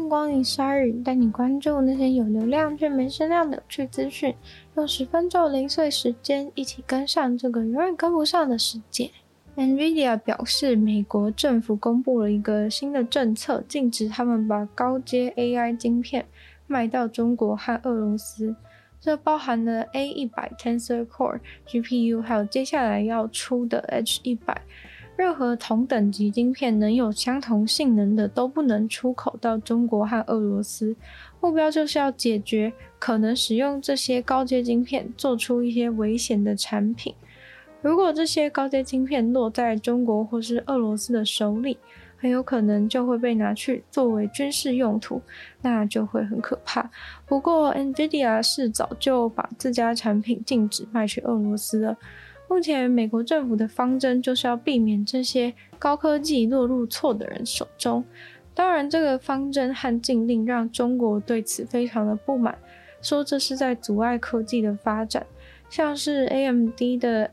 迎光临鲨鱼，带你关注那些有流量却没声量的有趣资讯，用10分钟零碎时间，一起跟上这个永远跟不上的世界。NVIDIA 表示，美国政府公布了一个新的政策，禁止他们把高阶 AI 晶片卖到中国和俄罗斯。这包含了 A100 Tensor Core GPU， 还有接下来要出的 H100。任何同等级晶片能有相同性能的都不能出口到中国和俄罗斯，目标就是要解决可能使用这些高阶晶片做出一些危险的产品。如果这些高阶晶片落在中国或是俄罗斯的手里，很有可能就会被拿去作为军事用途，那就会很可怕。不过 NVIDIA 是早就把自家产品禁止卖去俄罗斯了。目前美国政府的方针就是要避免这些高科技落入错的人手中。当然，这个方针和禁令让中国对此非常的不满，说这是在阻碍科技的发展。像是 AMD 的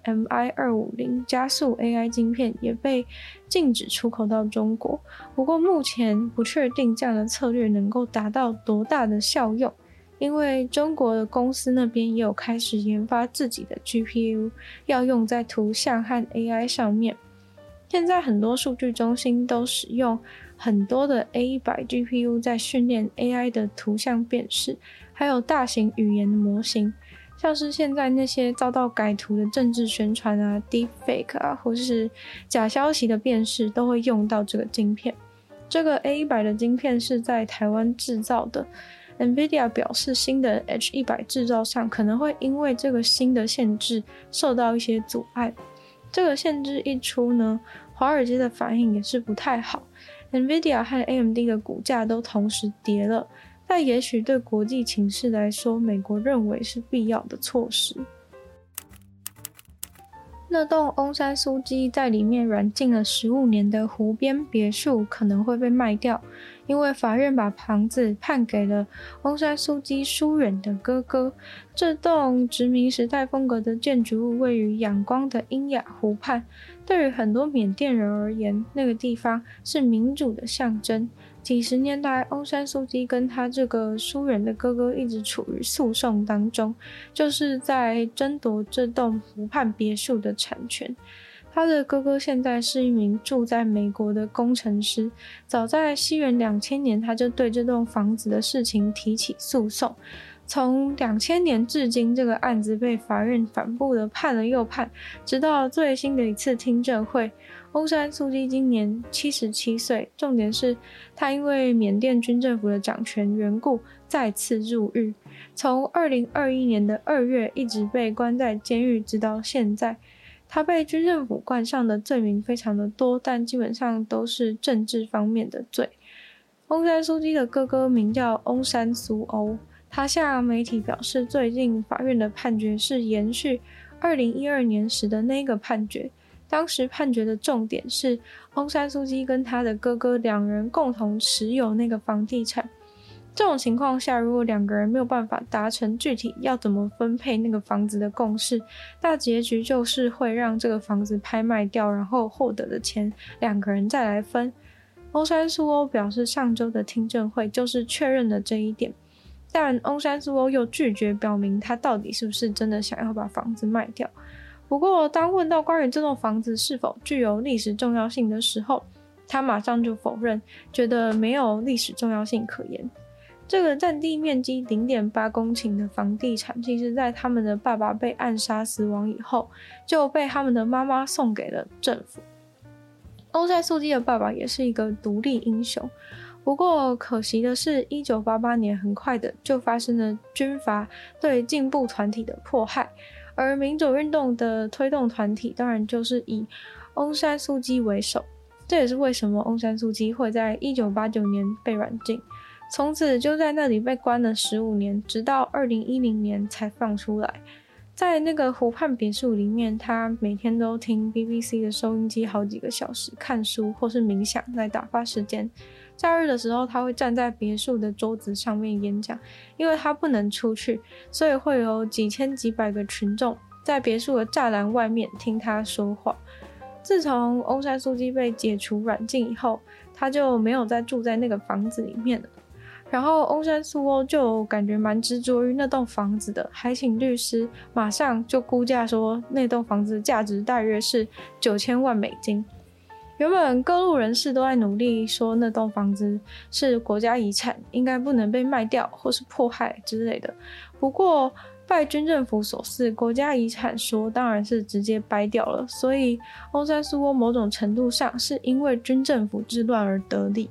MI250 加速 AI 晶片也被禁止出口到中国。不过目前不确定这样的策略能够达到多大的效用。因为中国的公司那边也有开始研发自己的 GPU， 要用在图像和 AI 上面。现在很多数据中心都使用很多的 A100 GPU 在训练 AI 的图像辨识，还有大型语言的模型。像是现在那些遭到改图的政治宣传啊、Deepfake 啊，或是假消息的辨识，都会用到这个晶片。这个 A100 的晶片是在台湾制造的。NVIDIA 表示，新的 H100 制造上可能会因为这个新的限制受到一些阻碍。这个限制一出呢，华尔街的反应也是不太好。NVIDIA 和 AMD 的股价都同时跌了，但也许对国际情势来说，美国认为是必要的措施。那栋翁山苏姬在里面软禁了15年的湖边别墅可能会被卖掉，因为法院把房子判给了翁山苏姬疏远的哥哥。这栋殖民时代风格的建筑物位于仰光的英雅湖畔，对于很多缅甸人而言，那个地方是民主的象征。几十年来，翁山苏姬跟他这个疏远的哥哥一直处于诉讼当中，就是在争夺这栋湖畔别墅的产权。他的哥哥现在是一名住在美国的工程师，早在西元2000年，他就对这栋房子的事情提起诉讼。从2000年至今，这个案子被法院反复的判了又判，直到最新的一次听证会，翁山苏姬今年77岁，重点是他因为缅甸军政府的掌权缘故再次入狱，从2021年的2月一直被关在监狱直到现在。他被军政府冠上的罪名非常的多，但基本上都是政治方面的罪。翁山苏姬的哥哥名叫翁山苏欧，他向媒体表示，最近法院的判决是延续2012年时的那个判决。当时判决的重点是翁山苏姬跟他的哥哥两人共同持有那个房地产。这种情况下，如果两个人没有办法达成具体要怎么分配那个房子的共识，大结局就是会让这个房子拍卖掉，然后获得的钱两个人再来分。翁山苏欧表示，上周的听证会就是确认了这一点，但翁山苏欧又拒绝表明他到底是不是真的想要把房子卖掉。不过当问到关于这栋房子是否具有历史重要性的时候，他马上就否认，觉得没有历史重要性可言。这个占地面积 0.8 公顷的房地产，其实在他们的爸爸被暗杀死亡以后，就被他们的妈妈送给了政府。翁山苏姬的爸爸也是一个独立英雄，不过可惜的是1988年很快的就发生了军阀对进步团体的迫害，而民主运动的推动团体当然就是以翁山苏姬为首。这也是为什么翁山苏姬会在1989年被软禁，从此就在那里被关了15年，直到2010年才放出来。在那个湖畔别墅里面，他每天都听 BBC 的收音机好几个小时，看书或是冥想来打发时间。假日的时候，他会站在别墅的桌子上面演讲，因为他不能出去，所以会有几千几百个群众在别墅的栅栏外面听他说话。自从翁山苏姬被解除软禁以后，他就没有再住在那个房子里面了。 然后翁山苏欧就感觉蛮执着于那栋房子的，还请律师马上就估价说那栋房子价值大约是9000万美金。原本各路人士都在努力说那栋房子是国家遗产，应该不能被卖掉或是迫害之类的。不过拜军政府所赐，国家遗产说当然是直接掰掉了，所以翁山苏欧某种程度上是因为军政府之乱而得利。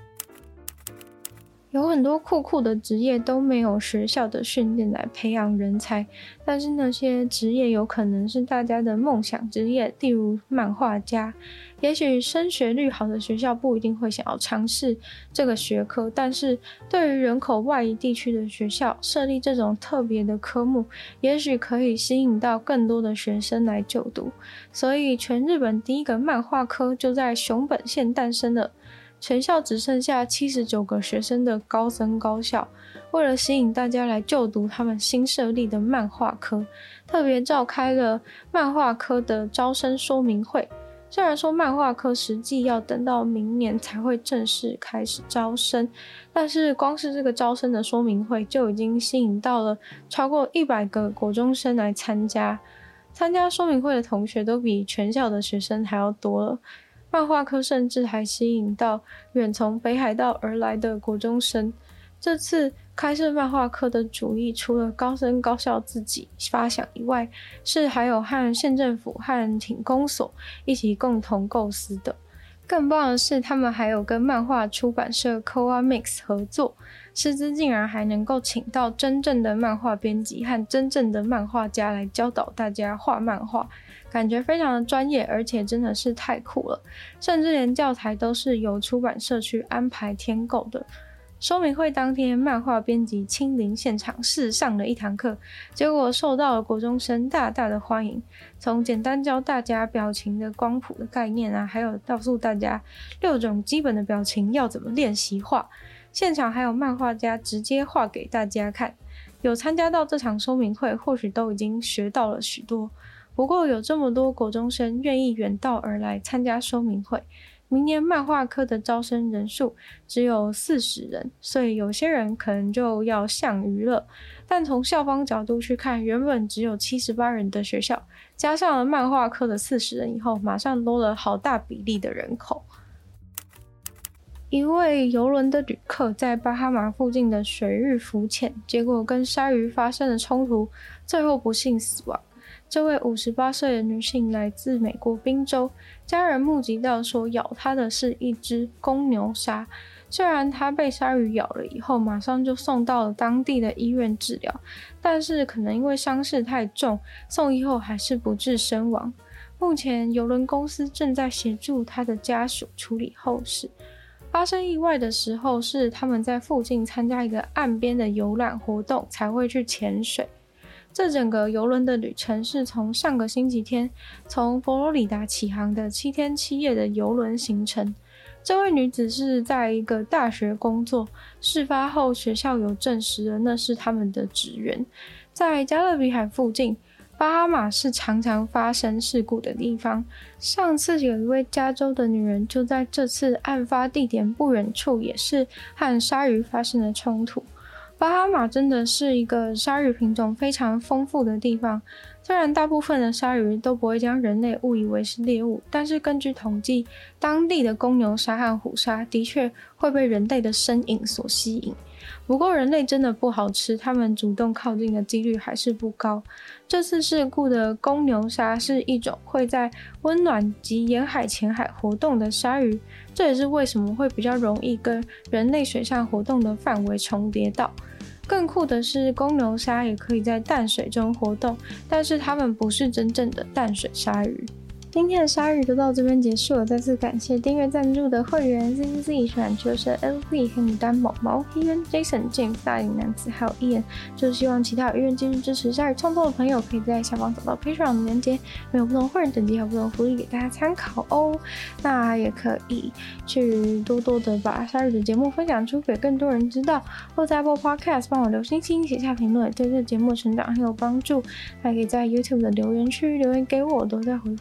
有很多酷的职业都没有学校的训练来培养人才，但是那些职业有可能是大家的梦想职业，例如漫画家。也许升学率好的学校不一定会想要尝试这个学科，但是对于人口外移地区的学校设立这种特别的科目，也许可以吸引到更多的学生来就读。所以全日本第一个漫画科就在熊本县诞生了。全校只剩下79个学生的高森高校，为了吸引大家来就读他们新设立的漫画科，特别召开了漫画科的招生说明会。虽然说漫画科实际要等到明年才会正式开始招生，但是光是这个招生的说明会就已经吸引到了超过100个国中生来参加。参加说明会的同学都比全校的学生还要多了。漫画科甚至还吸引到远从北海道而来的国中生。这次开设漫画科的主意，除了高森高校自己发想以外，是还有和县政府和町公所一起共同构思的。更棒的是，他们还有跟漫画出版社 Koa Mix 合作，师资竟然还能够请到真正的漫画编辑和真正的漫画家来教导大家画漫画。感觉非常的专业，而且真的是太酷了，甚至连教材都是由出版社去安排添购的。说明会当天，漫画编辑亲临现场试上了一堂课，结果受到了国中生大大的欢迎。从简单教大家表情的光谱的概念啊，还有告诉大家6种基本的表情要怎么练习画。现场还有漫画家直接画给大家看。有参加到这场说明会，或许都已经学到了许多。不过有这么多国中生愿意远道而来参加说明会，明年漫画科的招生人数只有40人，所以有些人可能就要项羽了。但从校方角度去看，原本只有78人的学校，加上了漫画科的40人以后，马上多了好大比例的人口。一位邮轮的旅客在巴哈马附近的水域浮潜，结果跟鲨鱼发生了冲突，最后不幸死亡。这位58岁的女性来自美国宾州，家人目击到说咬她的是一只公牛鲨。虽然她被鲨鱼咬了以后马上就送到了当地的医院治疗，但是可能因为伤势太重，送医后还是不治身亡。目前邮轮公司正在协助她的家属处理后事。发生意外的时候是他们在附近参加一个岸边的游览活动才会去潜水。这整个邮轮的旅程是从上个星期天从佛罗里达起航的7天7夜的邮轮行程。这位女子是在一个大学工作，事发后学校有证实了那是他们的职员。在加勒比海附近，巴哈马是常常发生事故的地方。上次有一位加州的女人就在这次案发地点不远处也是和鲨鱼发生了冲突。巴哈马真的是一个鲨鱼品种非常丰富的地方，虽然大部分的鲨鱼都不会将人类误以为是猎物，但是根据统计，当地的公牛鲨和虎鲨的确会被人类的身影所吸引。不过人类真的不好吃，它们主动靠近的几率还是不高。这次事故的公牛鲨是一种会在温暖及沿海浅海活动的鲨鱼，这也是为什么会比较容易跟人类水上活动的范围重叠到。更酷的是，公牛鲨也可以在淡水中活动，但是它们不是真正的淡水鲨鱼。今天的鲨鱼就到这边结束了，再次感谢订阅赞助的会员 ZZZ、选球神 LV、黑牡丹、毛毛、黑人 Jason、James、大龄男子还有Ian。就是希望其他有意愿继续支持鲨鱼创作的朋友，可以在下方找到 Patreon 的连结，没有不同会员等级还有不同福利给大家参考哦。那也可以去多多的把鲨鱼的节目分享出给更多人知道，或在 Apple Podcast 帮我留星星、写下评论，对这个节目成长很有帮助。还可以在 YouTube 的留言区留言给我，都在回复哦。那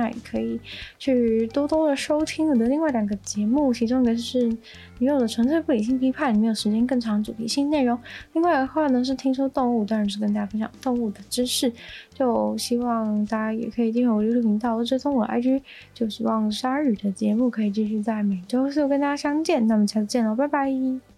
那也可以去多多的收听我的另外2个节目，其中一个是女友的纯粹不理性批判，里面有时间更长主题性内容，另外的话呢是听说动物，当然是跟大家分享动物的知识，就希望大家也可以订阅我的 YouTube 频道，追踪我的 IG， 就希望鲨鱼的节目可以继续在每周四跟大家相见，那么下次见喽，拜拜。